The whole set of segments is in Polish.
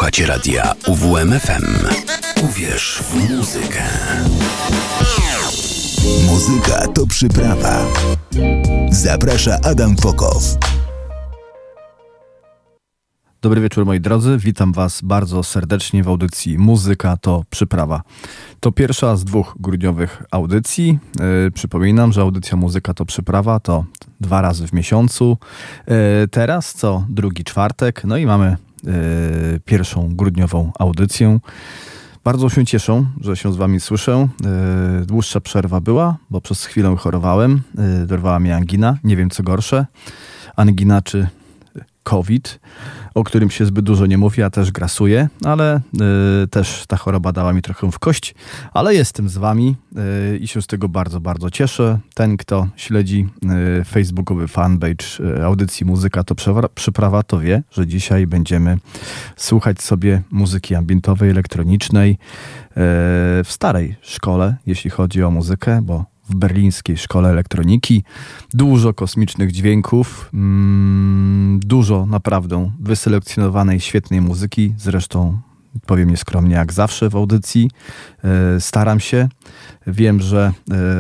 Słuchacie radia UWMFM. Uwierz w muzykę. Muzyka to przyprawa. Zaprasza Adam Fokow. Dobry wieczór moi drodzy, witam Was bardzo serdecznie w audycji Muzyka to przyprawa. To pierwsza z 2 grudniowych audycji. Przypominam, że audycja Muzyka to przyprawa to 2 razy w miesiącu. Teraz co drugi czwartek, no i mamy pierwszą grudniową audycję. Bardzo się cieszę, że się z Wami słyszę. Dłuższa przerwa była, bo przez chwilę chorowałem. Dorwała mnie angina, nie wiem co gorsze. Angina czy COVID, o którym się zbyt dużo nie mówi, a też grasuje, ale też ta choroba dała mi trochę w kość, ale jestem z Wami i się z tego bardzo, bardzo cieszę. Ten, kto śledzi facebookowy fanpage audycji Muzyka to przyprawa, to wie, że dzisiaj będziemy słuchać sobie muzyki ambientowej, elektronicznej w starej szkole, jeśli chodzi o muzykę, bo w berlińskiej szkole elektroniki. Dużo kosmicznych dźwięków, dużo naprawdę wyselekcjonowanej, świetnej muzyki. Zresztą powiem nieskromnie, jak zawsze w audycji. Staram się. Wiem, że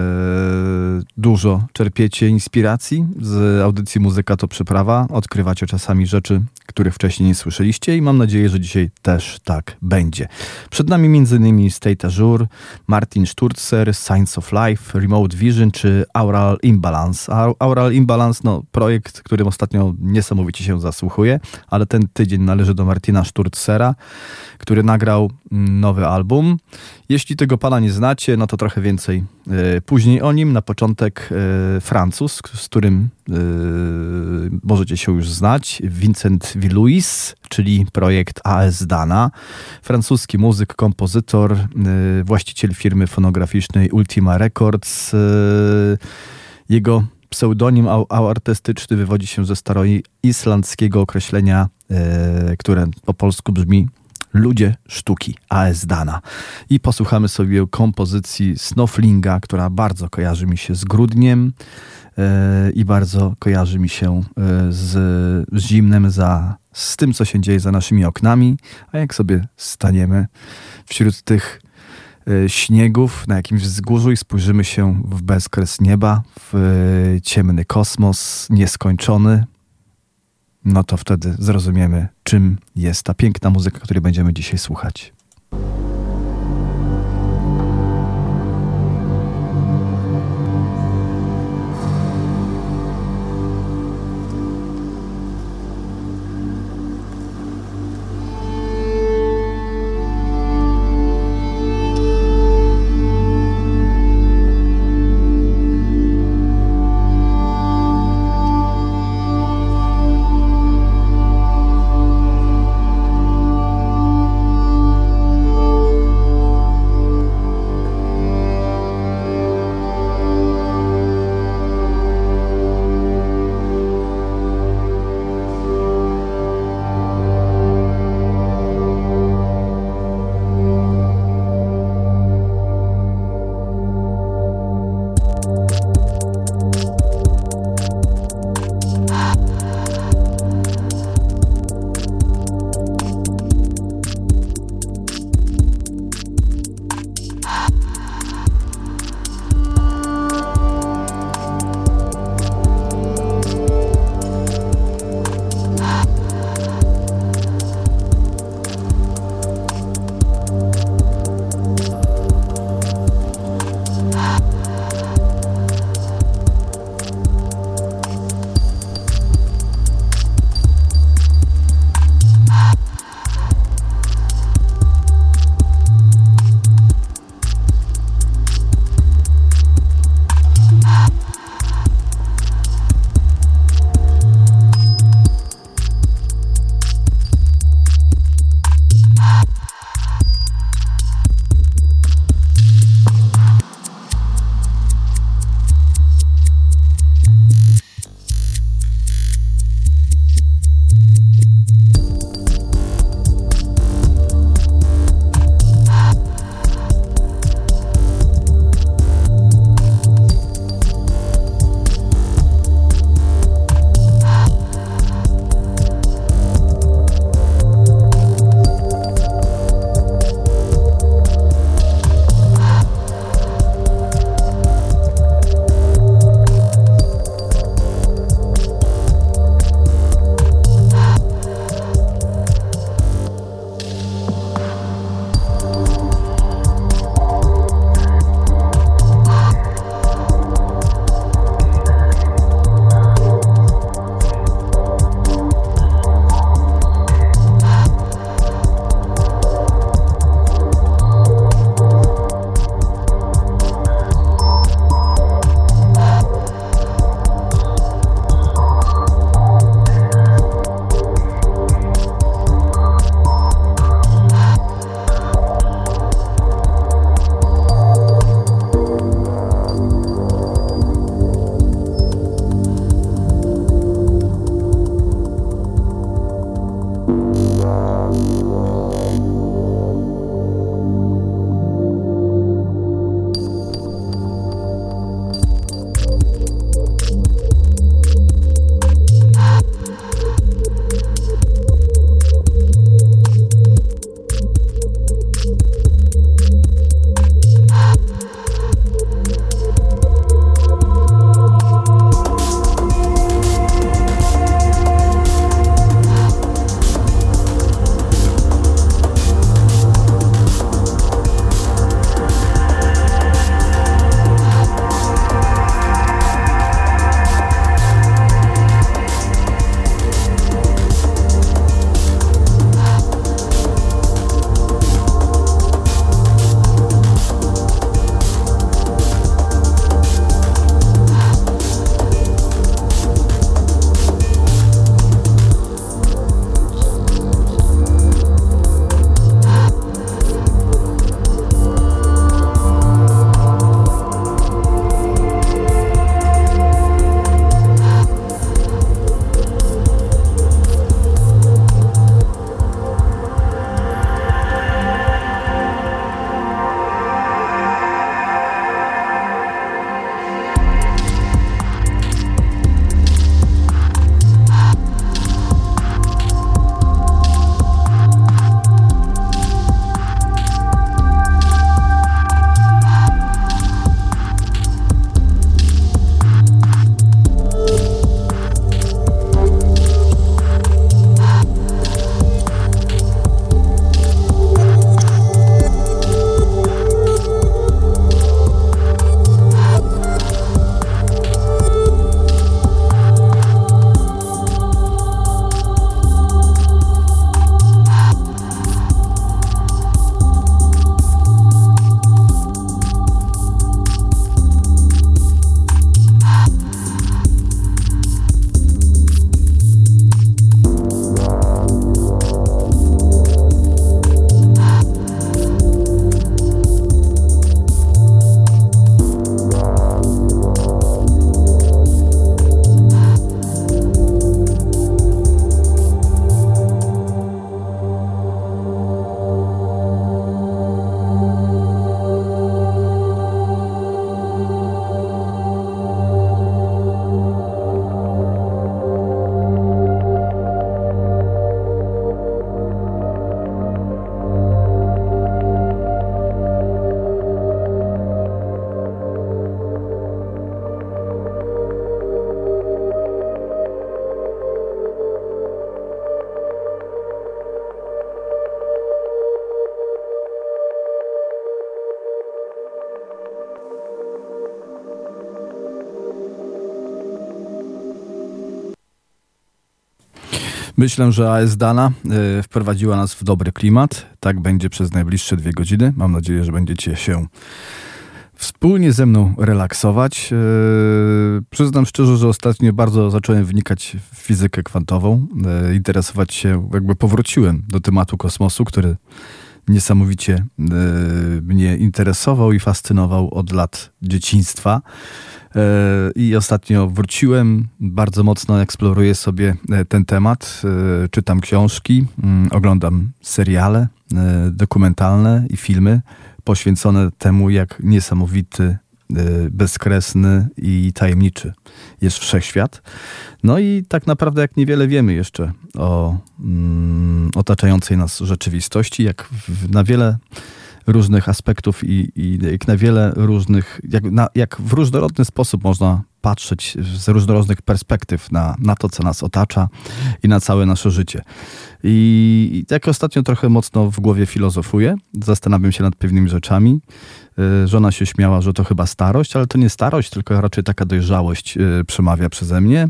dużo czerpiecie inspiracji z audycji Muzyka to przyprawa. Odkrywacie czasami rzeczy, których wcześniej nie słyszeliście i mam nadzieję, że dzisiaj też tak będzie. Przed nami m.in. State Azure, Martin Sturzer, Science of Life, Remote Vision czy Aural Imbalance. Aural Imbalance, no projekt, którym ostatnio niesamowicie się zasłuchuję, ale ten tydzień należy do Martina Sturzera, który nagrał nowy album. Jeśli tego pana nie znacie, no to trochę więcej później o nim. Na początek Francuz, z którym możecie się już znać, Vincent Villouis, czyli projekt AS Dana. Francuski muzyk, kompozytor, właściciel firmy fonograficznej Ultima Records. Jego pseudonim artystyczny wywodzi się ze staroislandzkiego określenia, które po polsku brzmi Ludzie sztuki, AS Dana. I posłuchamy sobie kompozycji Snowflinga, która bardzo kojarzy mi się z grudniem i bardzo kojarzy mi się z zimnem, z tym, co się dzieje za naszymi oknami. A jak sobie staniemy wśród tych śniegów na jakimś wzgórzu i spojrzymy się w bezkres nieba, w ciemny kosmos nieskończony, no to wtedy zrozumiemy, czym jest ta piękna muzyka, której będziemy dzisiaj słuchać. Myślę, że AS Dana wprowadziła nas w dobry klimat. Tak będzie przez najbliższe 2 godziny. Mam nadzieję, że będziecie się wspólnie ze mną relaksować. Przyznam szczerze, że ostatnio bardzo zacząłem wnikać w fizykę kwantową. Interesować się, jakby powróciłem do tematu kosmosu, który niesamowicie mnie interesował i fascynował od lat dzieciństwa. I ostatnio wróciłem, bardzo mocno eksploruję sobie ten temat, czytam książki, oglądam seriale dokumentalne i filmy poświęcone temu, jak niesamowity, bezkresny i tajemniczy jest wszechświat. No i tak naprawdę jak niewiele wiemy jeszcze o otaczającej nas rzeczywistości, na wiele różnych aspektów i jak na wiele różnych, jak w różnorodny sposób można patrzeć z różnorodnych perspektyw na to, co nas otacza i na całe nasze życie. I tak ostatnio trochę mocno w głowie filozofuję, zastanawiam się nad pewnymi rzeczami. Żona się śmiała, że to chyba starość, ale to nie starość, tylko raczej taka dojrzałość przemawia przeze mnie.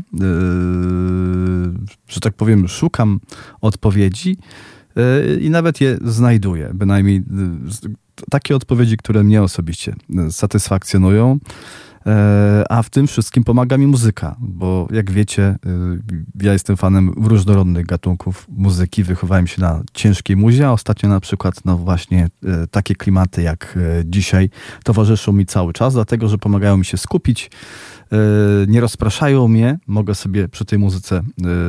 Że tak powiem, szukam odpowiedzi i nawet je znajduję. Bynajmniej takie odpowiedzi, które mnie osobiście satysfakcjonują. A w tym wszystkim pomaga mi muzyka, bo jak wiecie, ja jestem fanem różnorodnych gatunków muzyki, wychowałem się na ciężkiej muzie, a ostatnio na przykład no właśnie takie klimaty jak dzisiaj towarzyszą mi cały czas, dlatego że pomagają mi się skupić, nie rozpraszają mnie, mogę sobie przy tej muzyce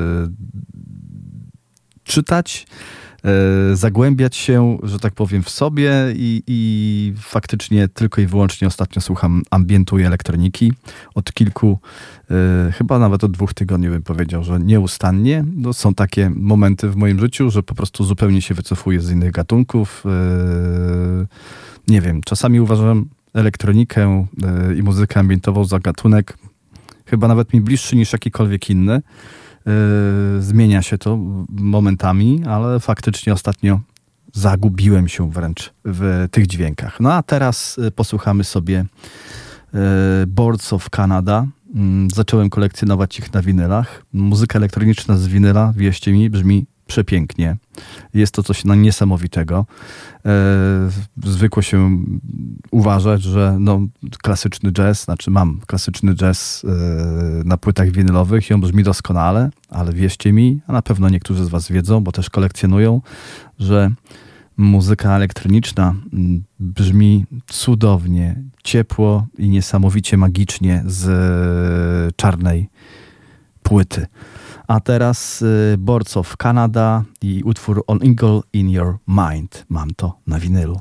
czytać, zagłębiać się, że tak powiem, w sobie i faktycznie tylko i wyłącznie ostatnio słucham ambientu i elektroniki. Od kilku, chyba nawet od 2 tygodni bym powiedział, że nieustannie. No, są takie momenty w moim życiu, że po prostu zupełnie się wycofuję z innych gatunków. Nie wiem, czasami uważam elektronikę i muzykę ambientową za gatunek chyba nawet mi bliższy niż jakikolwiek inny. Zmienia się to momentami, ale faktycznie ostatnio zagubiłem się wręcz w tych dźwiękach. No a teraz posłuchamy sobie Boards of Canada. Zacząłem kolekcjonować ich na winylach. Muzyka elektroniczna z winyla, wierzcie mi, brzmi przepięknie. Jest to coś niesamowitego. Zwykło się uważać, że no, klasyczny jazz, znaczy mam klasyczny jazz na płytach winylowych i on brzmi doskonale, ale wierzcie mi, a na pewno niektórzy z was wiedzą, bo też kolekcjonują, że muzyka elektroniczna brzmi cudownie, ciepło i niesamowicie magicznie z czarnej płyty. A teraz Boards of Canada i utwór On Eagle in Your Mind. Mam to na winylu.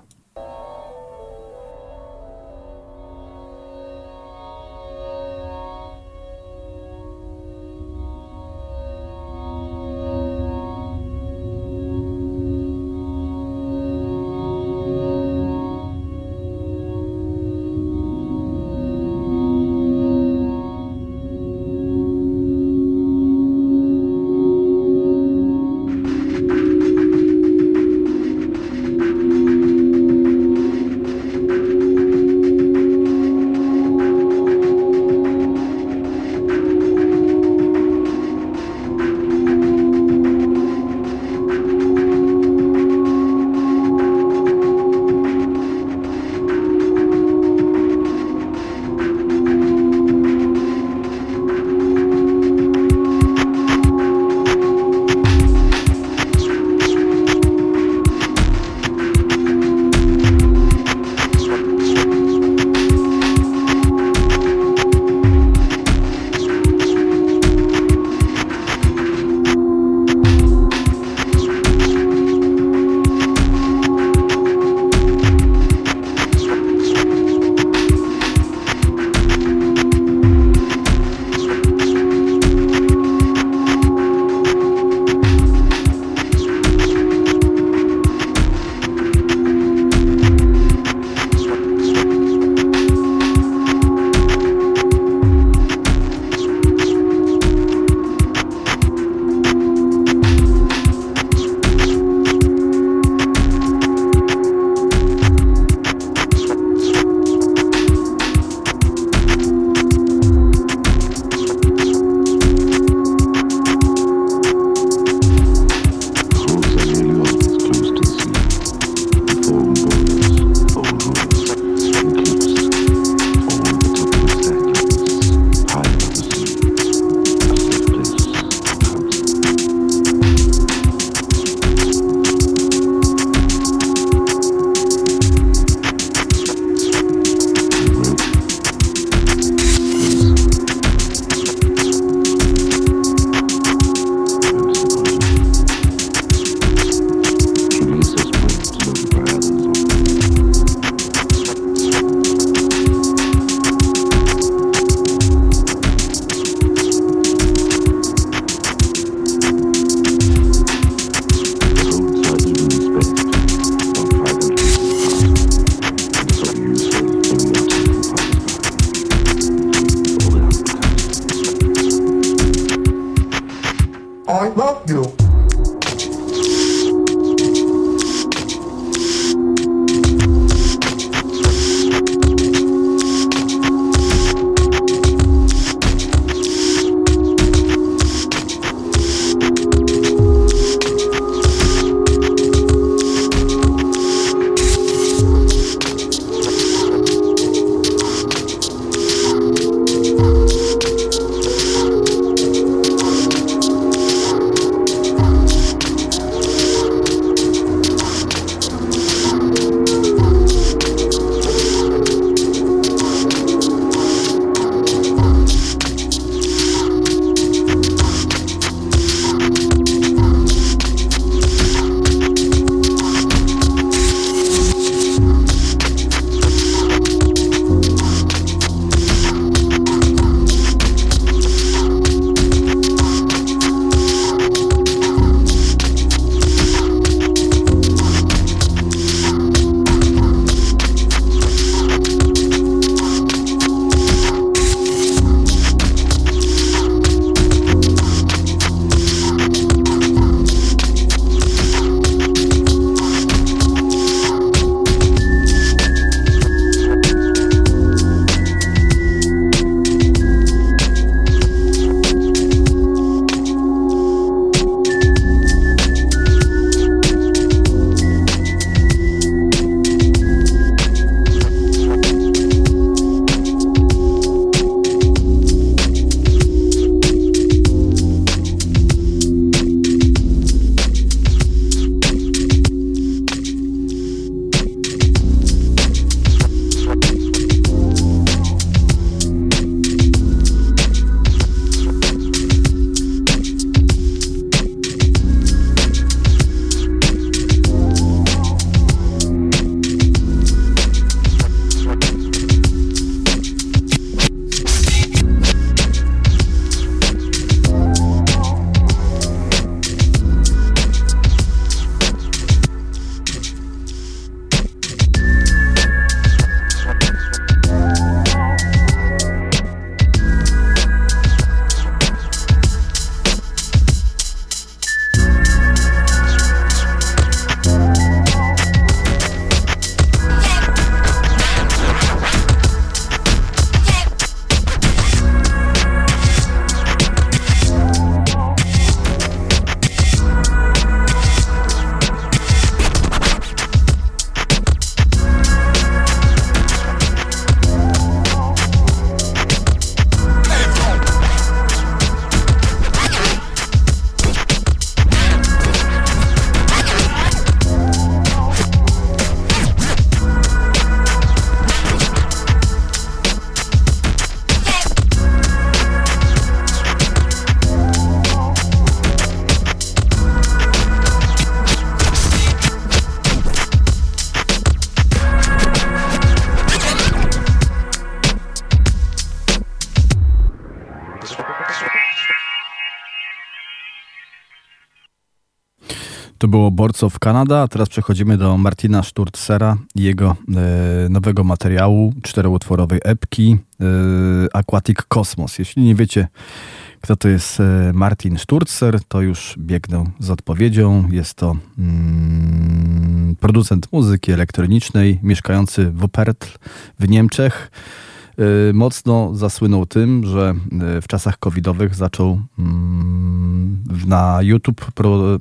było Boards of Canada, a teraz przechodzimy do Martina Sturtzera i jego nowego materiału, 4-utworowej epki Aquatic Cosmos. Jeśli nie wiecie, kto to jest Martin Sturzer, to już biegnę z odpowiedzią. Jest to producent muzyki elektronicznej, mieszkający w Wuppertal w Niemczech. Mocno zasłynął tym, że w czasach covidowych zaczął na YouTube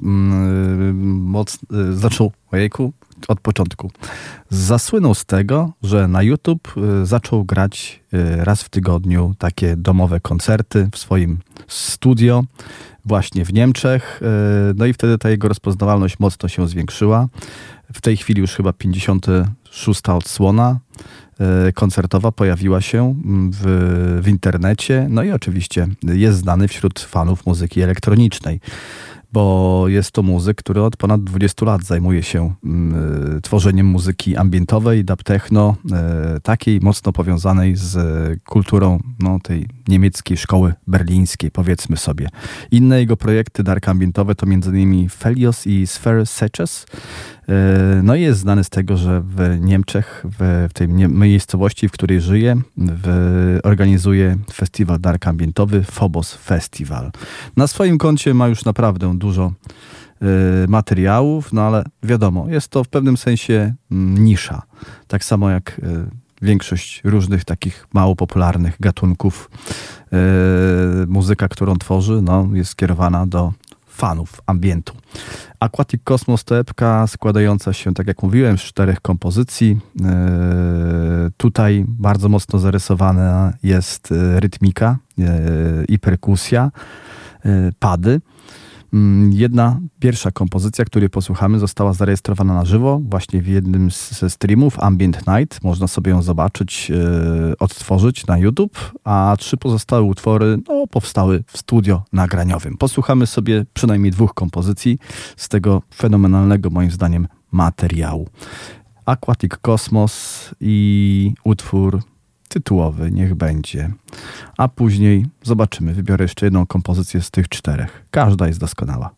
od początku. Zasłynął z tego, że na YouTube zaczął grać raz w tygodniu takie domowe koncerty w swoim studio właśnie w Niemczech. No i wtedy ta jego rozpoznawalność mocno się zwiększyła. W tej chwili już chyba 56. odsłona koncertowa pojawiła się w internecie. No i oczywiście jest znany wśród fanów muzyki elektronicznej, bo jest to muzyk, który od ponad 20 lat zajmuje się tworzeniem muzyki ambientowej, dub techno, takiej mocno powiązanej z kulturą tej niemieckiej szkoły berlińskiej, powiedzmy sobie. Inne jego projekty dark ambientowe to m.in. Felios i Sphere Seches. No i jest znany z tego, że w Niemczech, w tej miejscowości, w której żyje, organizuje festiwal dark ambientowy Phobos Festival. Na swoim koncie ma już naprawdę dużo materiałów, no ale wiadomo, jest to w pewnym sensie nisza. Tak samo jak większość różnych takich mało popularnych gatunków. Muzyka, którą tworzy, jest skierowana do fanów ambientu. Aquatic Cosmos to epka składająca się, tak jak mówiłem, z 4 kompozycji. Tutaj bardzo mocno zarysowana jest rytmika i perkusja, pady. Jedna pierwsza kompozycja, której posłuchamy, została zarejestrowana na żywo właśnie w jednym ze streamów Ambient Night. Można sobie ją zobaczyć, odtworzyć na YouTube, a 3 pozostałe utwory powstały w studio nagraniowym. Posłuchamy sobie przynajmniej 2 kompozycji z tego fenomenalnego, moim zdaniem, materiału. Aquatic Cosmos i utwór tytułowy niech będzie. A później zobaczymy. Wybiorę jeszcze jedną kompozycję z tych 4. Każda jest doskonała.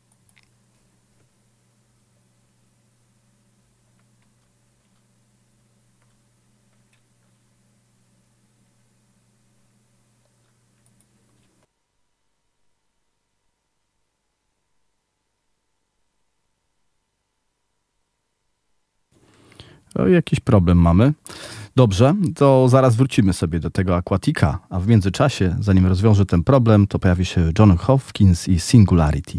Jakiś problem mamy. Dobrze, to zaraz wrócimy sobie do tego Aquatica, a w międzyczasie, zanim rozwiążę ten problem, to pojawi się John Hopkins i Singularity.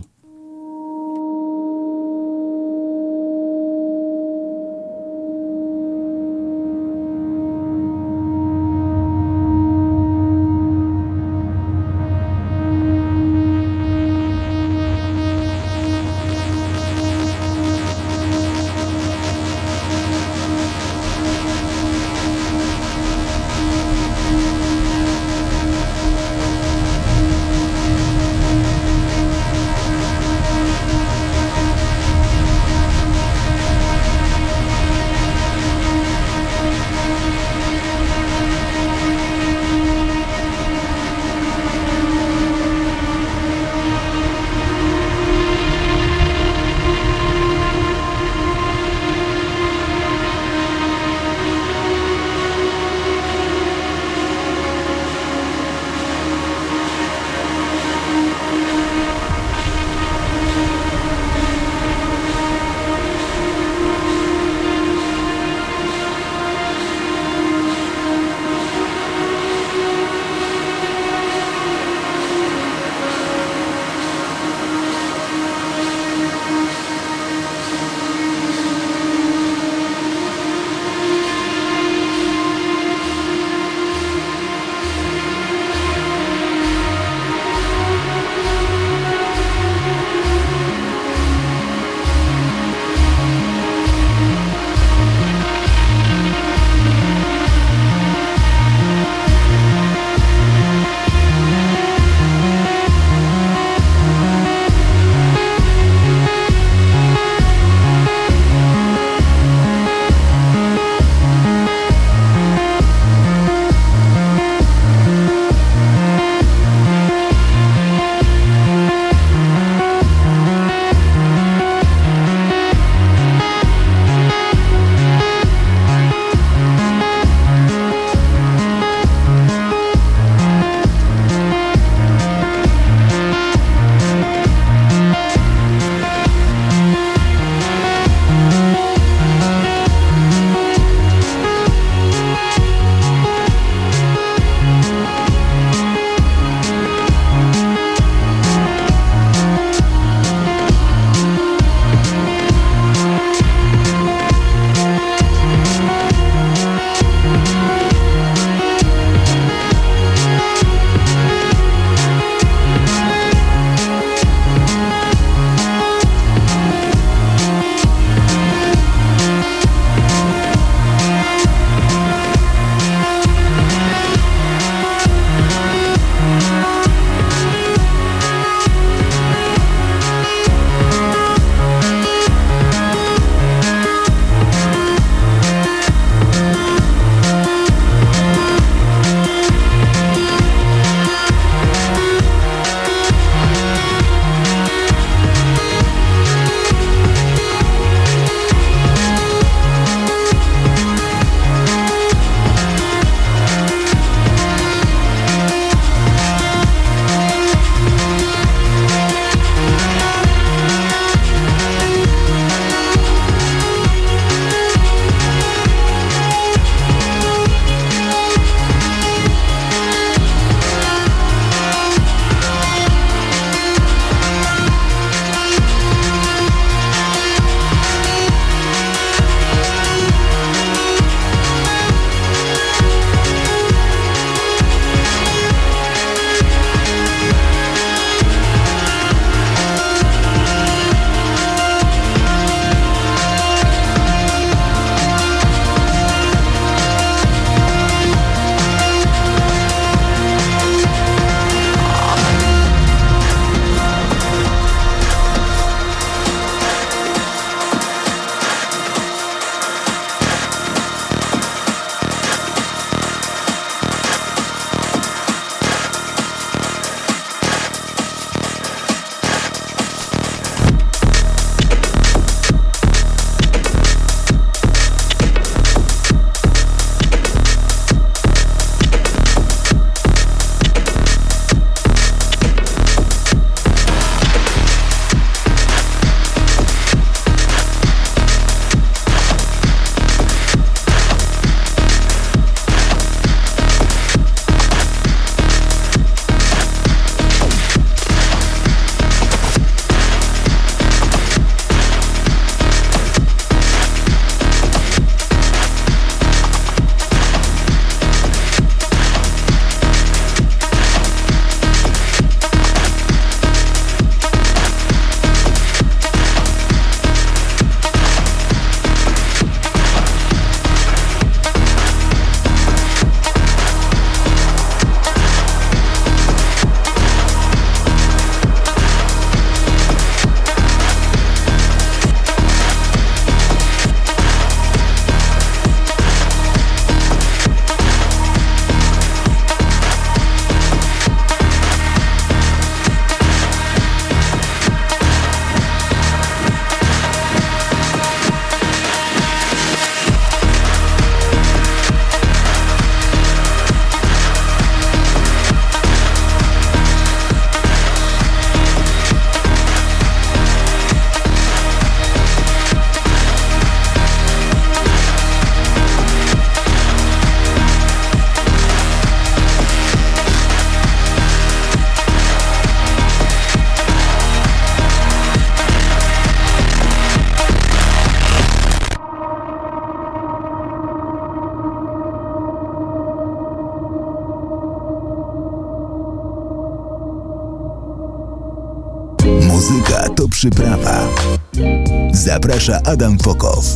to przyprawa. Zaprasza Adam Fokow.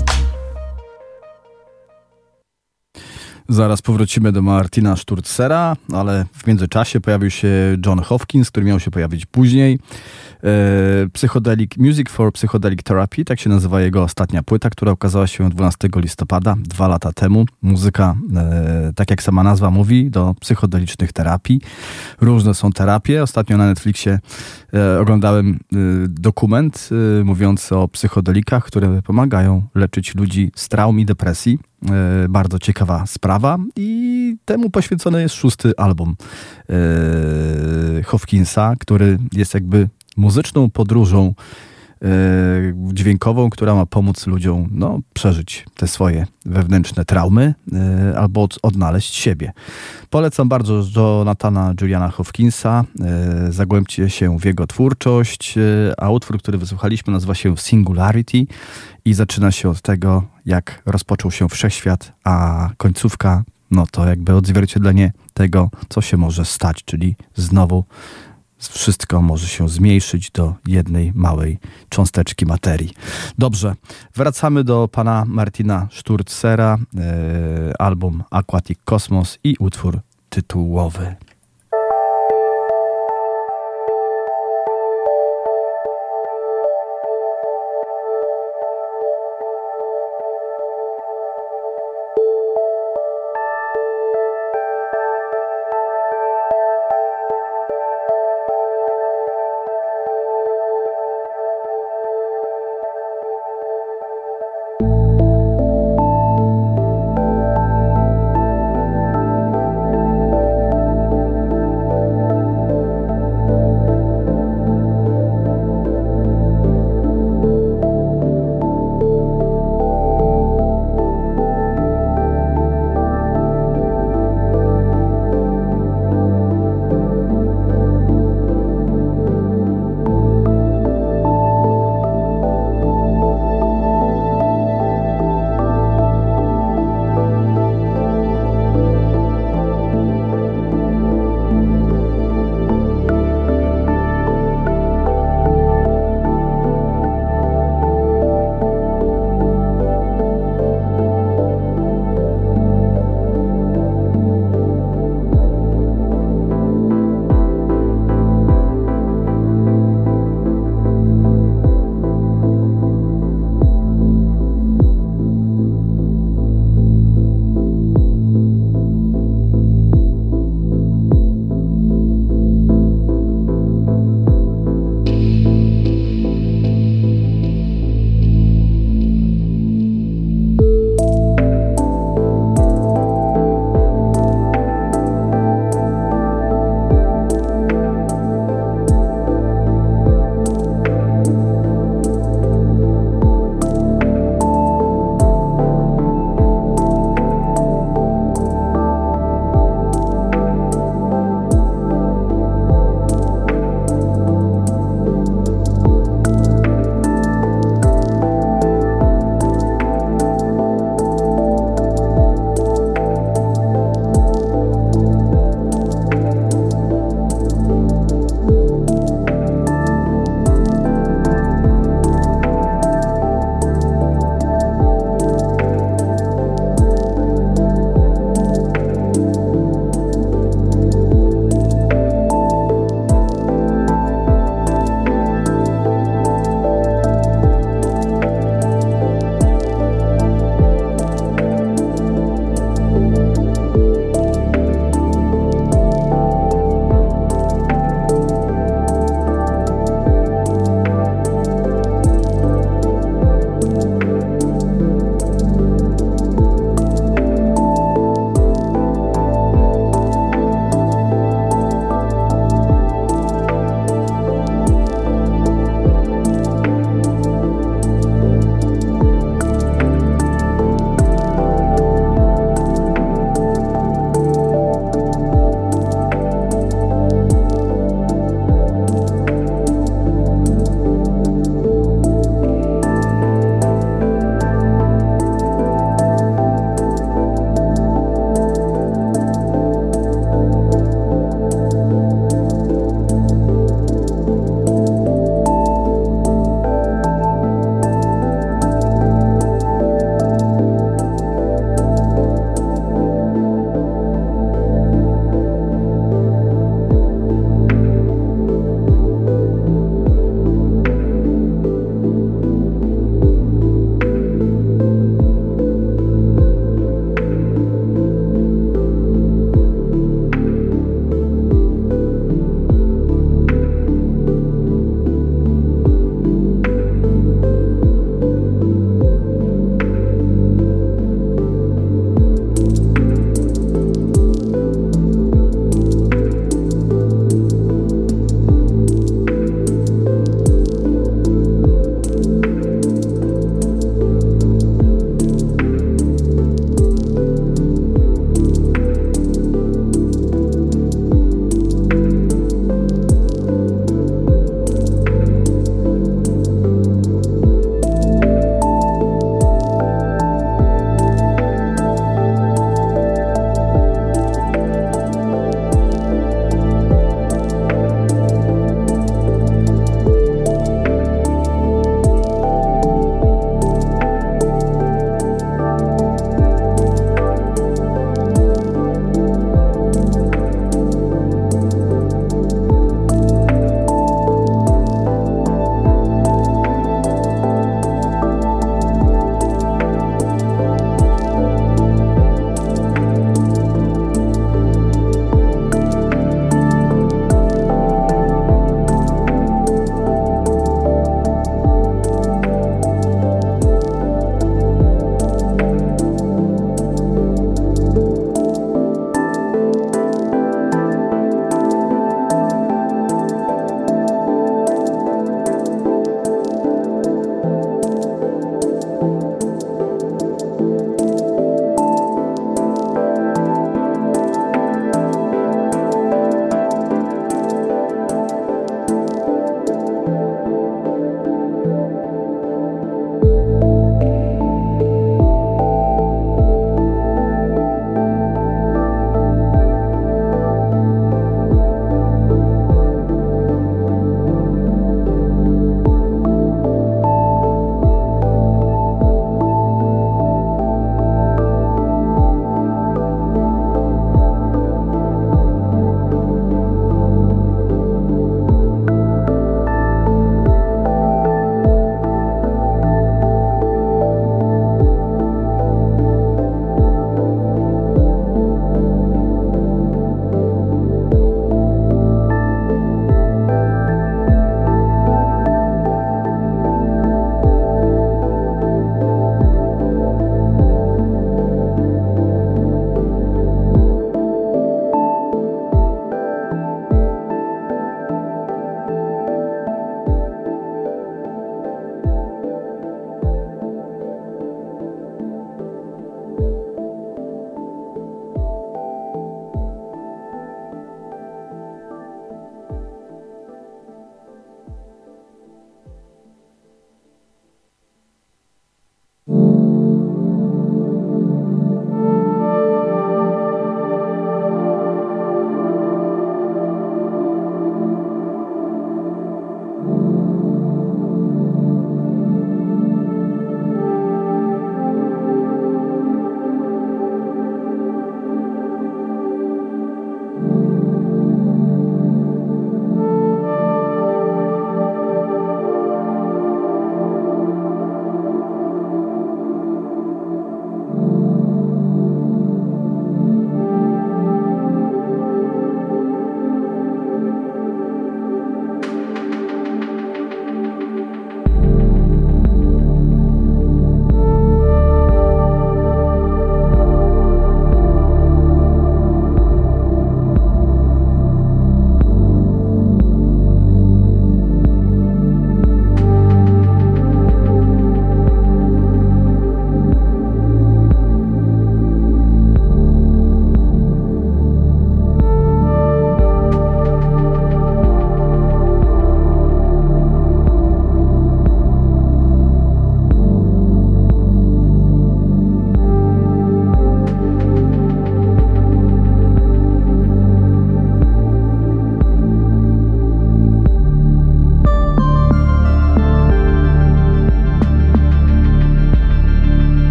Zaraz powrócimy do Martina Sturtzera, ale w międzyczasie pojawił się John Hopkins, który miał się pojawić później. Music for Psychedelic Therapy, tak się nazywa jego ostatnia płyta, która ukazała się 12 listopada, 2 lata temu. Muzyka, tak jak sama nazwa mówi, do psychodelicznych terapii. Różne są terapie. Ostatnio na Netflixie oglądałem dokument mówiący o psychodelikach, które pomagają leczyć ludzi z traum i depresji. Bardzo ciekawa sprawa i temu poświęcony jest 6. album Hopkinsa, który jest jakby muzyczną podróżą dźwiękową, która ma pomóc ludziom przeżyć te swoje wewnętrzne traumy albo odnaleźć siebie. Polecam bardzo Jonathana Juliana Hopkinsa. Zagłębcie się w jego twórczość, a utwór, który wysłuchaliśmy, nazywa się Singularity i zaczyna się od tego, jak rozpoczął się wszechświat, a końcówka to jakby odzwierciedlenie tego, co się może stać, czyli znowu wszystko może się zmniejszyć do jednej małej cząsteczki materii. Dobrze, wracamy do pana Martina Sturtzera, album Aquatic Cosmos i utwór tytułowy.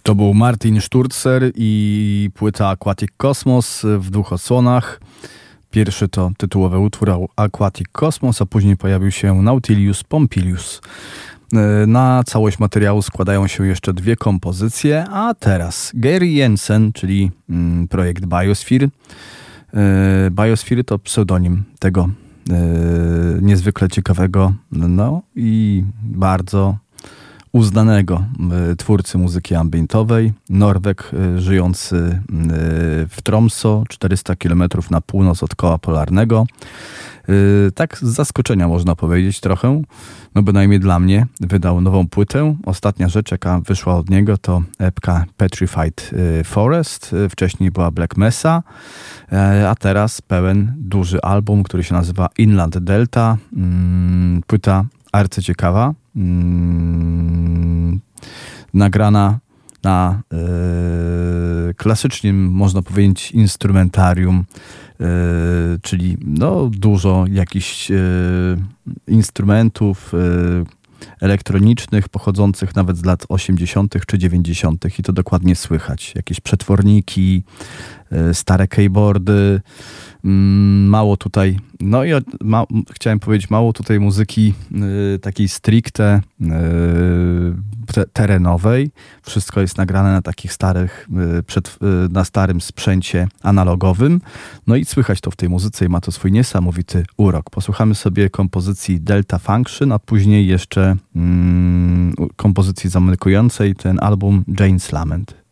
To był Martin Sturzer i płyta Aquatic Cosmos w 2 odsłonach. Pierwszy to tytułowy utwór Aquatic Cosmos, a później pojawił się Nautilus Pompilius. Na całość materiału składają się jeszcze 2 kompozycje, a teraz Gary Jensen, czyli projekt Biosphere. Biosphere to pseudonim tego niezwykle ciekawego, no i bardzo uznanego twórcy muzyki ambientowej, Norweg żyjący w Tromsø, 400 km na północ od koła polarnego. Tak z zaskoczenia można powiedzieć trochę, no bynajmniej dla mnie, wydał nową płytę. Ostatnia rzecz, jaka wyszła od niego, to epka Petrified Forest, wcześniej była Black Mesa, a teraz pełen duży album, który się nazywa Inland Delta. Płyta arcyciekawa, nagrana na klasycznym, można powiedzieć, instrumentarium, czyli no, dużo jakichś instrumentów elektronicznych pochodzących nawet z lat 80. czy 90. i to dokładnie słychać. Jakieś przetworniki, stare keyboardy, mało tutaj, no i chciałem powiedzieć, mało tutaj muzyki takiej stricte terenowej. Wszystko jest nagrane na takich starych, na starym sprzęcie analogowym. No i słychać to w tej muzyce i ma to swój niesamowity urok. Posłuchamy sobie kompozycji Delta Function, a później jeszcze kompozycji zamykającej ten album Jane's Lament.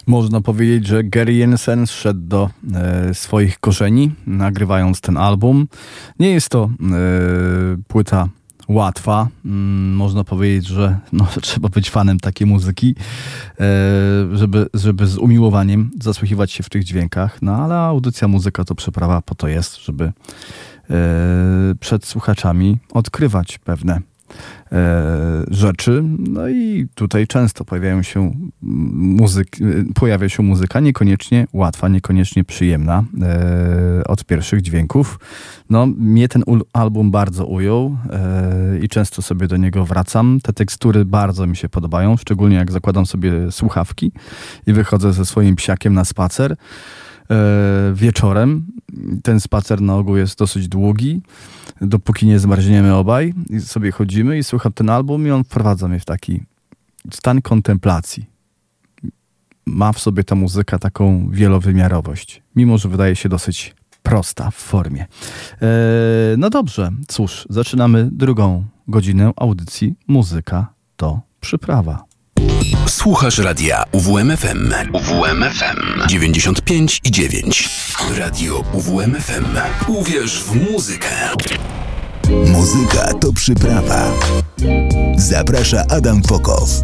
Można powiedzieć, że Gary Jensen szedł do swoich korzeni, nagrywając ten album. Nie jest to płyta łatwa. Można powiedzieć, że trzeba być fanem takiej muzyki, żeby z umiłowaniem zasłuchiwać się w tych dźwiękach. No ale audycja Muzyka to Przyprawa po to jest, żeby przed słuchaczami odkrywać pewne rzeczy. No i tutaj często pojawia się muzyka niekoniecznie łatwa, niekoniecznie przyjemna od pierwszych dźwięków. No, mnie ten album bardzo ujął i często sobie do niego wracam. Te tekstury bardzo mi się podobają, szczególnie jak zakładam sobie słuchawki i wychodzę ze swoim psiakiem na spacer wieczorem. Ten spacer na ogół jest dosyć długi, dopóki nie zmarzniemy obaj i sobie chodzimy i słucham ten album i on wprowadza mnie w taki stan kontemplacji. Ma w sobie ta muzyka taką wielowymiarowość, mimo że wydaje się dosyć prosta w formie. No dobrze, cóż, zaczynamy drugą godzinę audycji Muzyka to Przyprawa. Słuchasz radia UWMFM. UWMFM 95,9. Radio UWMFM. Uwierz w muzykę. Muzyka to przyprawa. Zaprasza Adam Fokow.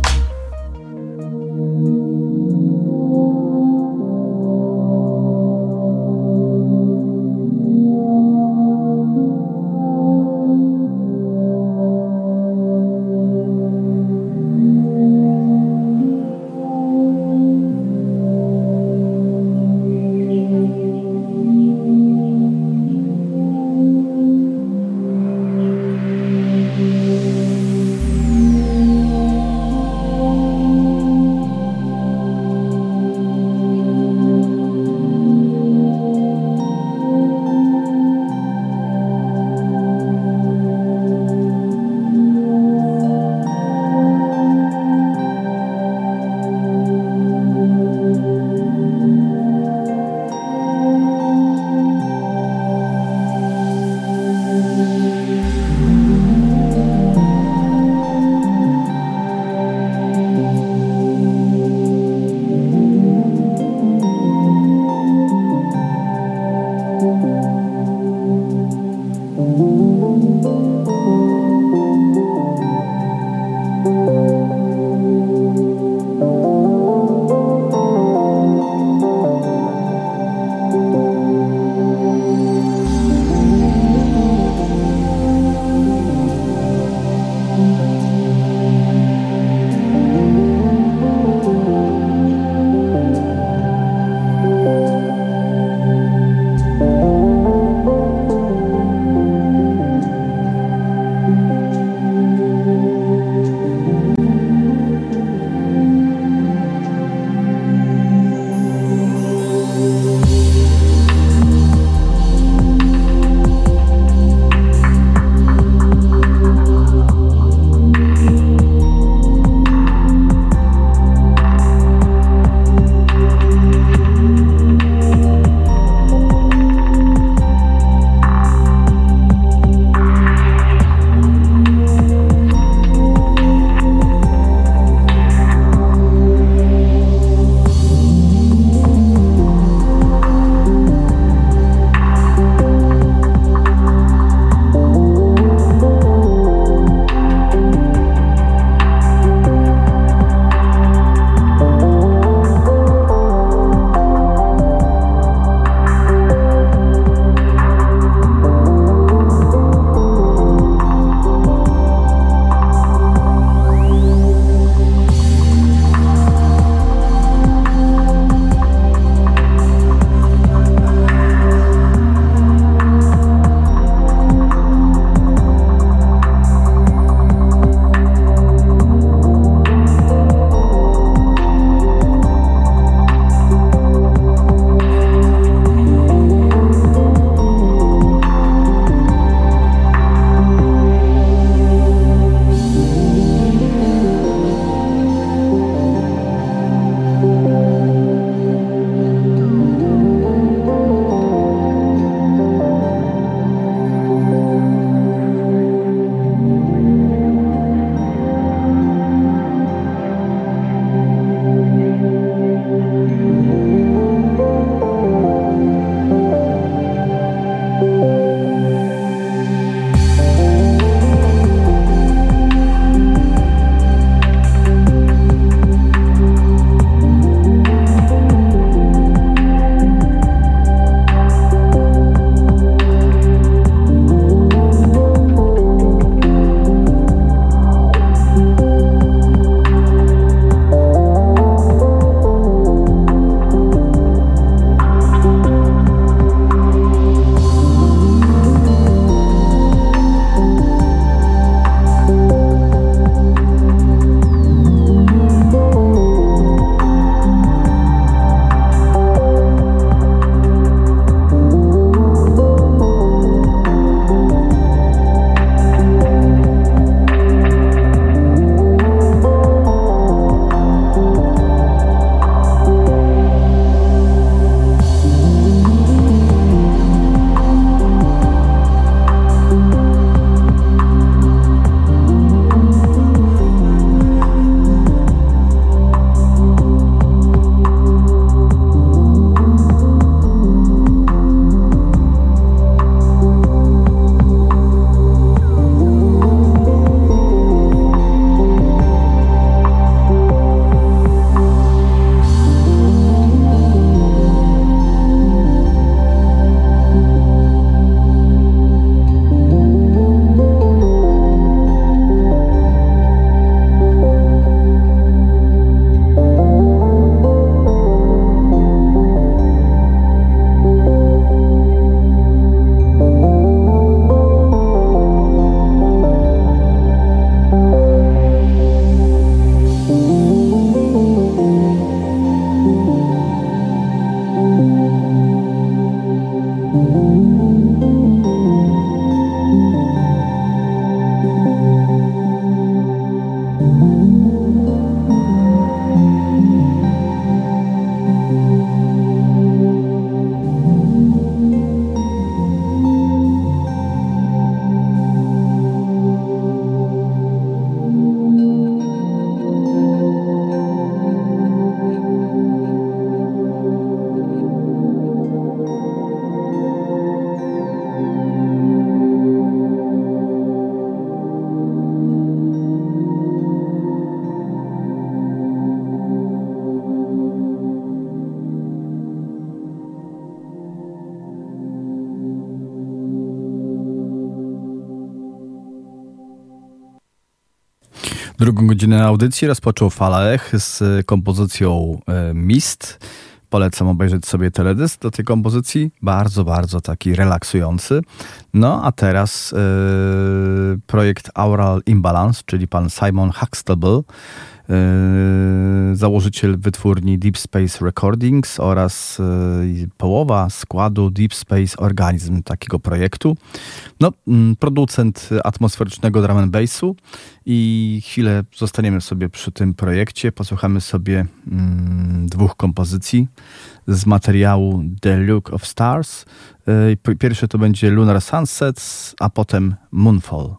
Drugą godzinę audycji rozpoczął Falech z kompozycją Mist. Polecam obejrzeć sobie teledysk do tej kompozycji. Bardzo, bardzo taki relaksujący. No a teraz projekt Aural Imbalance, czyli pan Simon Huxtable, założyciel wytwórni Deep Space Recordings oraz połowa składu Deep Space Organism, takiego projektu. No, producent atmosferycznego drum and bassu i chwilę zostaniemy sobie przy tym projekcie. Posłuchamy sobie dwóch kompozycji z materiału The Look of Stars. Pierwsze to będzie Lunar Sunsets, a potem Moonfall.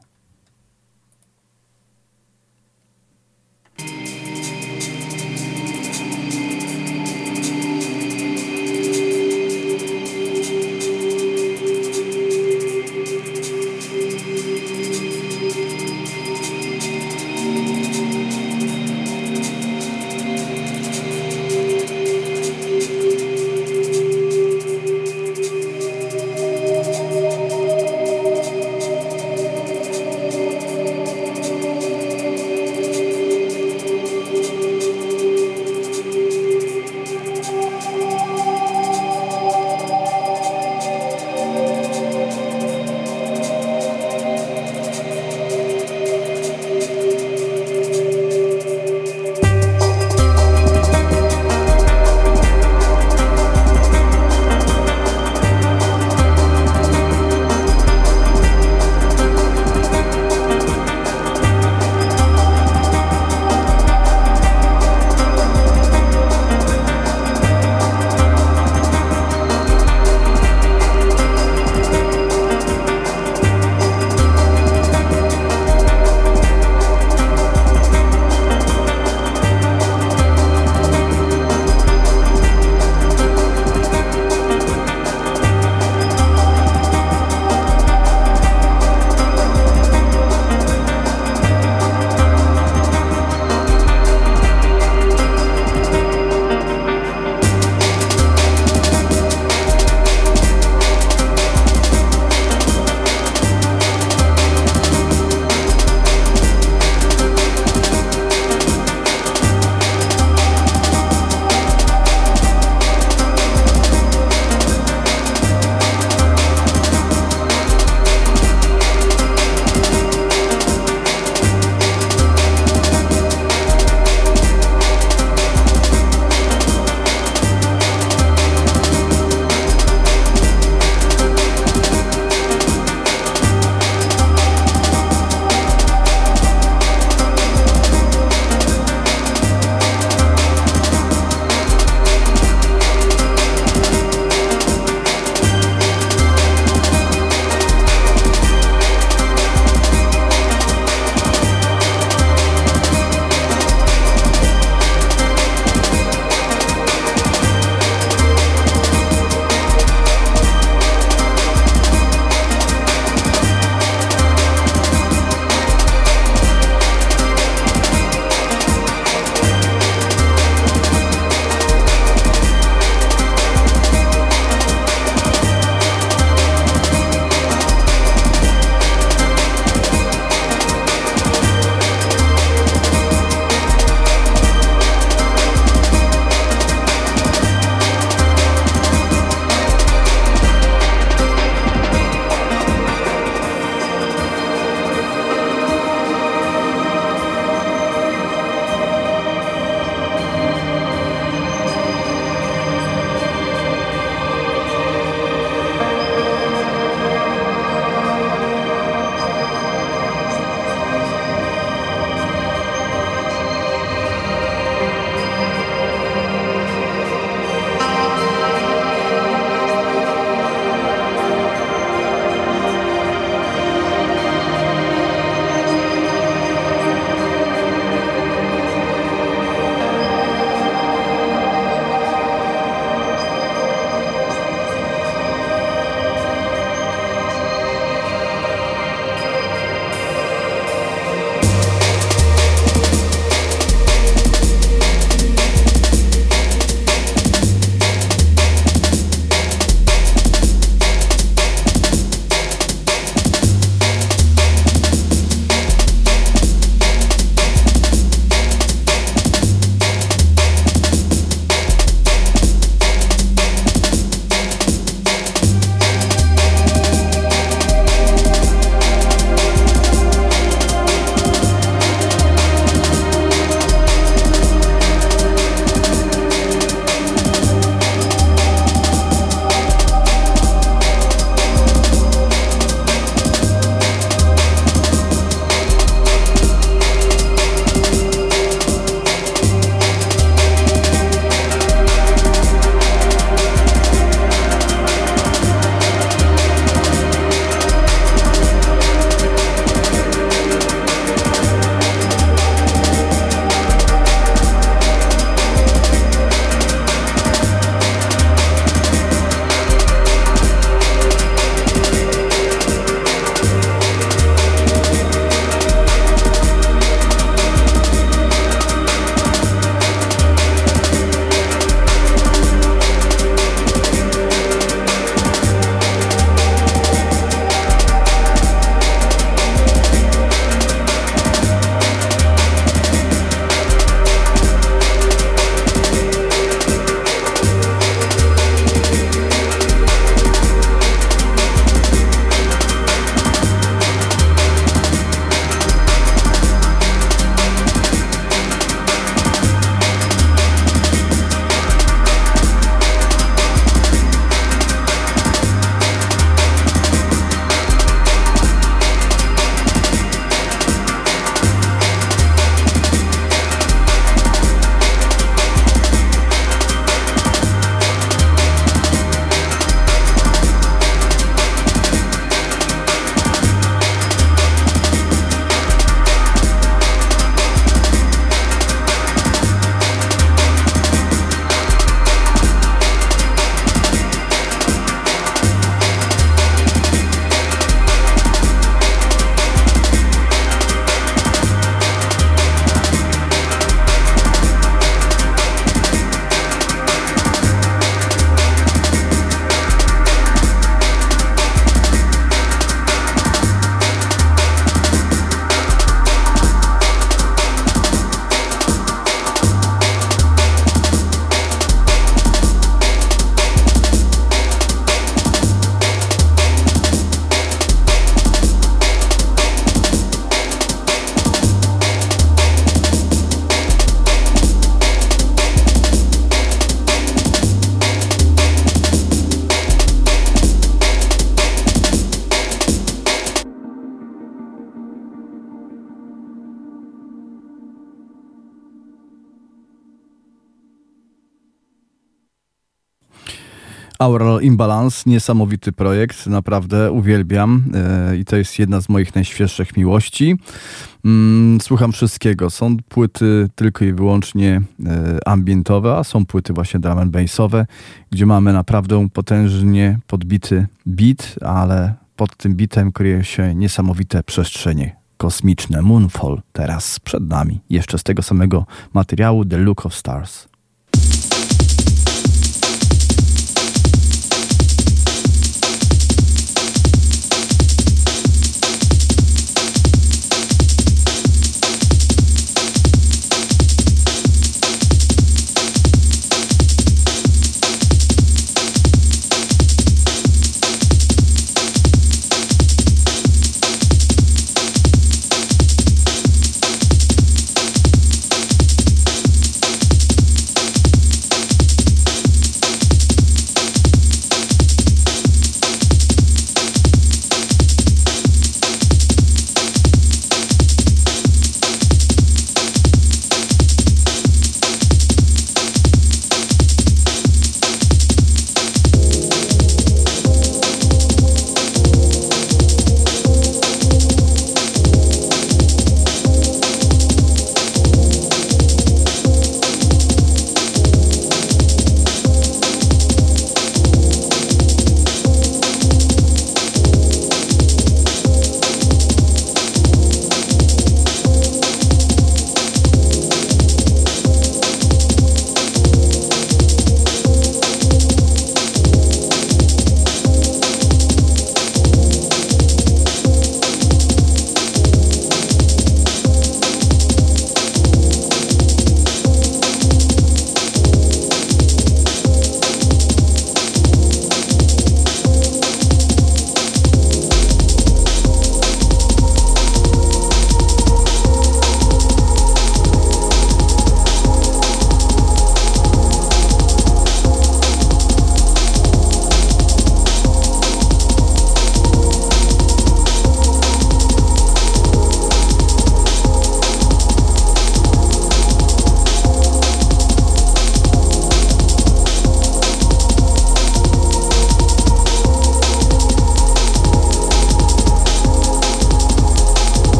Aural Imbalance, niesamowity projekt, naprawdę uwielbiam i to jest jedna z moich najświeższych miłości. Słucham wszystkiego. Są płyty tylko i wyłącznie ambientowe, a są płyty właśnie drum and bassowe, gdzie mamy naprawdę potężnie podbity beat, ale pod tym bitem kryje się niesamowite przestrzenie kosmiczne. Moonfall teraz przed nami. Jeszcze z tego samego materiału The Look of Stars.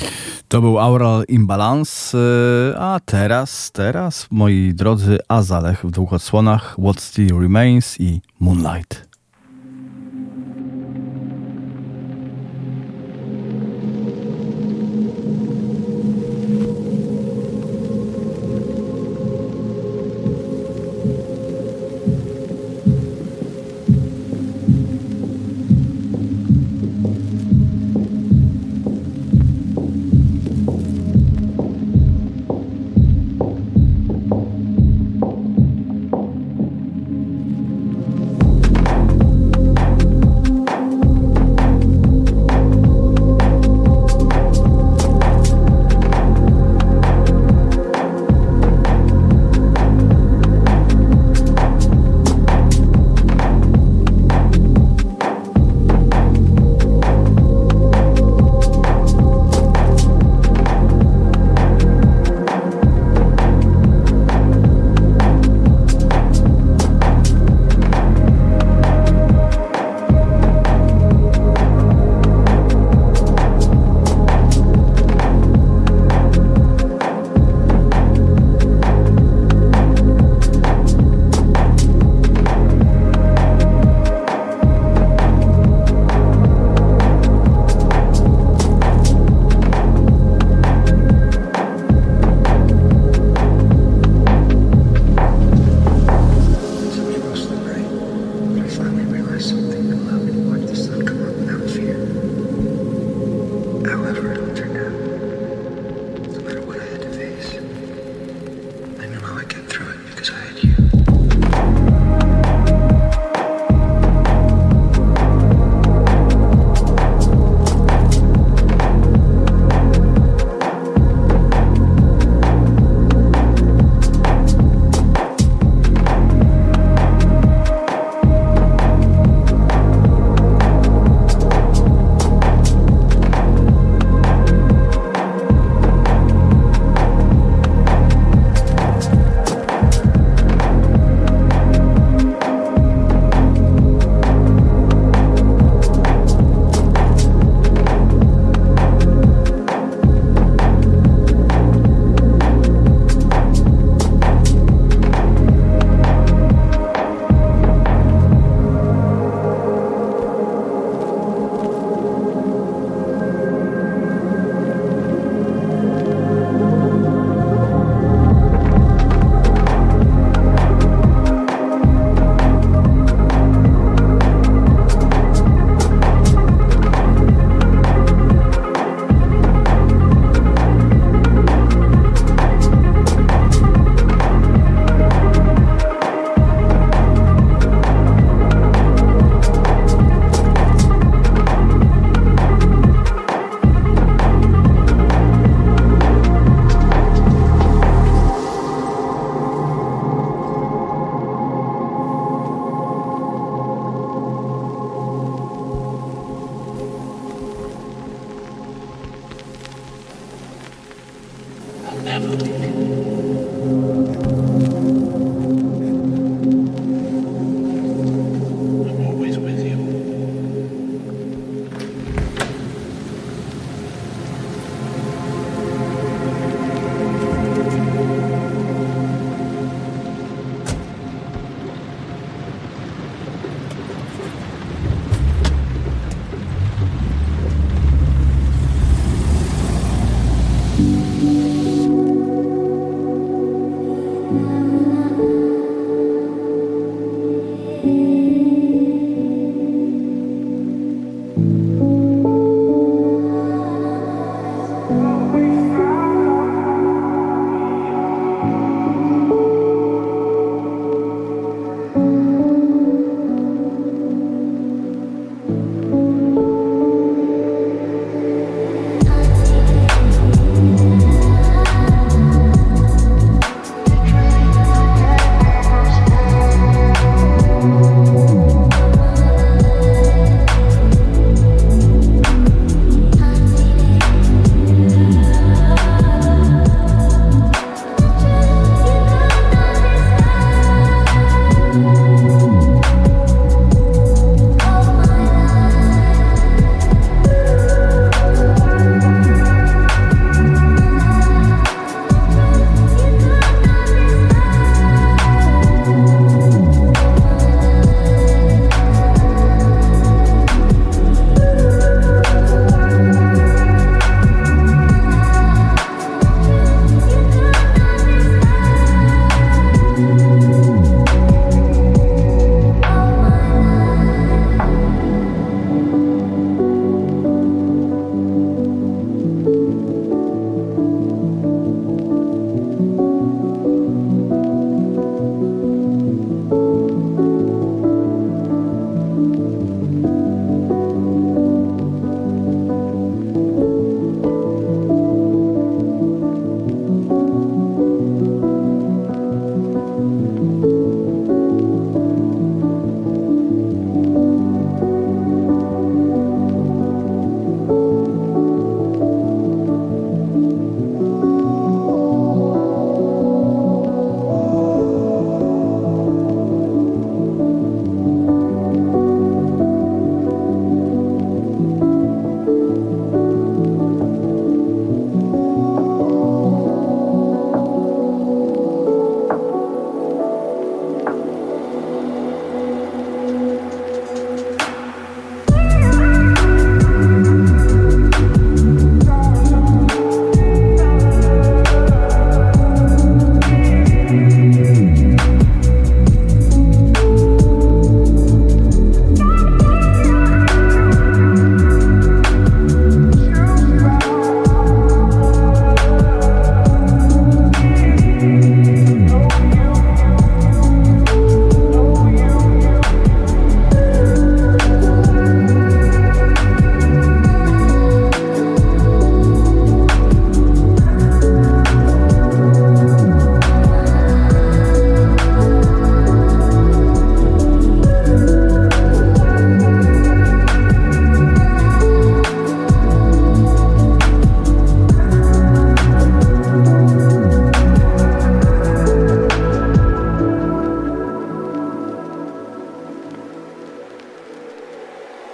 To był Aural Imbalance, a teraz, moi drodzy, Azalech w dwóch odsłonach, What Still Remains i Moonlight.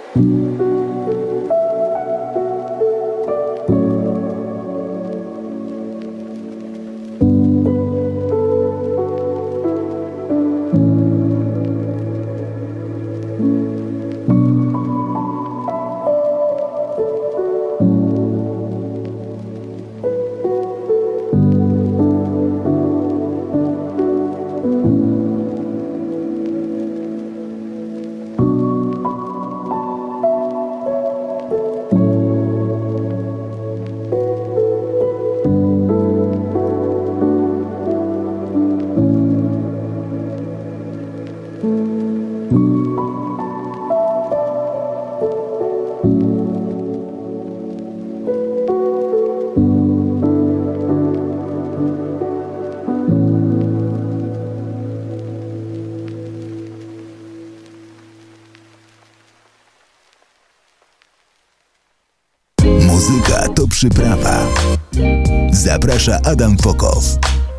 Muzyka to przyprawa. Zaprasza Adam Fokow.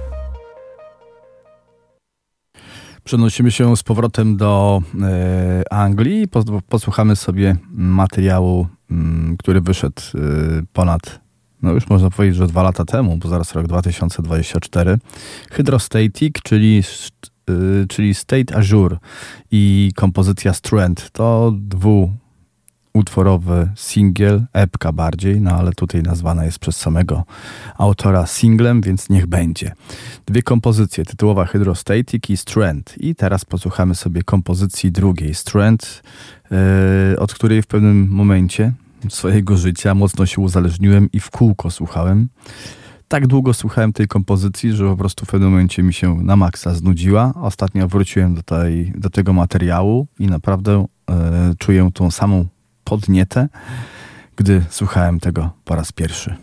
Przenosimy się z powrotem do Anglii. Posłuchamy sobie materiału, który wyszedł ponad, no już można powiedzieć, że 2 lata temu, bo zaraz rok 2024. Hydrostatic, czyli State Azure i kompozycja Strand. To dwuutworowy singiel, epka bardziej, no ale tutaj nazwana jest przez samego autora singlem, więc niech będzie. 2 kompozycje, tytułowa Hydrostatic i Strand. I teraz posłuchamy sobie kompozycji drugiej, Strand, od której w pewnym momencie swojego życia mocno się uzależniłem i w kółko słuchałem. Tak długo słuchałem tej kompozycji, że po prostu w pewnym momencie mi się na maksa znudziła. Ostatnio wróciłem do tego materiału i naprawdę czuję tą samą podnietę, gdy słuchałem tego po raz pierwszy.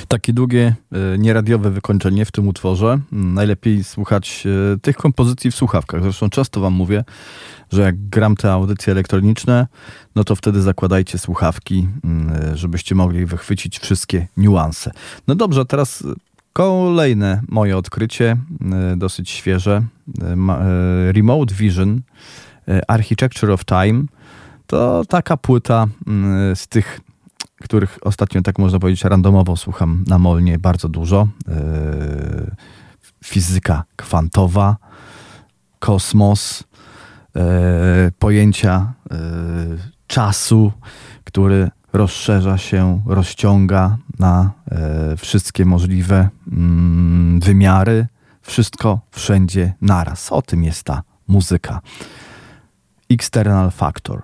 Takie długie, nieradiowe wykończenie w tym utworze. Najlepiej słuchać tych kompozycji w słuchawkach. Zresztą często wam mówię, że jak gram te audycje elektroniczne, no to wtedy zakładajcie słuchawki, żebyście mogli wychwycić wszystkie niuanse. No dobrze, teraz kolejne moje odkrycie, dosyć świeże. Remote Vision, Architecture of Time. To taka płyta z tych, których ostatnio, tak można powiedzieć, randomowo słucham na Molnie bardzo dużo. Fizyka kwantowa, kosmos, pojęcia czasu, który rozszerza się, rozciąga na wszystkie możliwe wymiary. Wszystko wszędzie naraz. O tym jest ta muzyka. External Factor.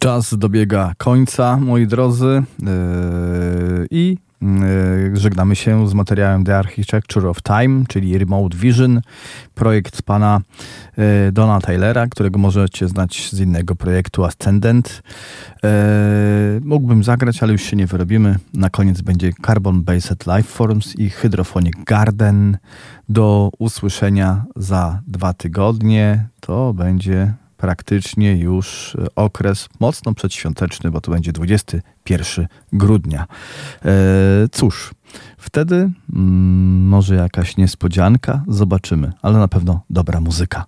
Czas dobiega końca, moi drodzy, i żegnamy się z materiałem The Architecture of Time, czyli Remote Vision, projekt pana Dona Taylora, którego możecie znać z innego projektu Ascendant. Mógłbym zagrać, ale już się nie wyrobimy. Na koniec będzie Carbon Based Lifeforms i Hydrophonic Garden. Do usłyszenia za 2 tygodnie. To będzie praktycznie już okres mocno przedświąteczny, bo to będzie 21 grudnia. Cóż, wtedy może jakaś niespodzianka, zobaczymy, ale na pewno dobra muzyka.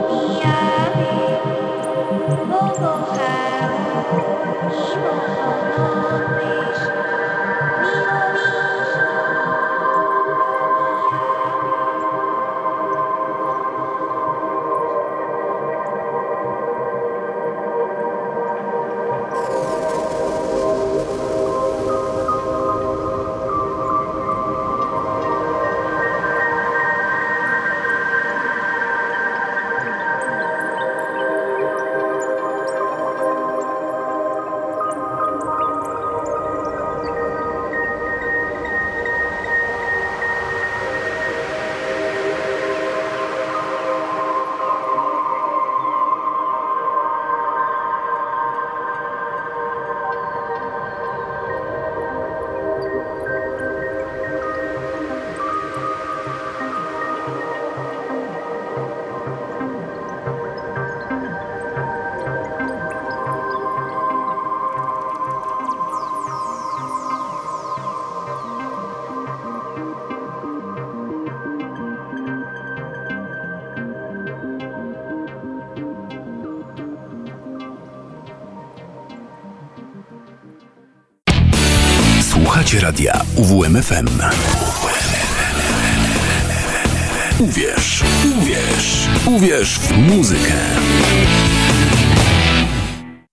Go, go, Słuchacie radia UWMFM. Uwierz w muzykę.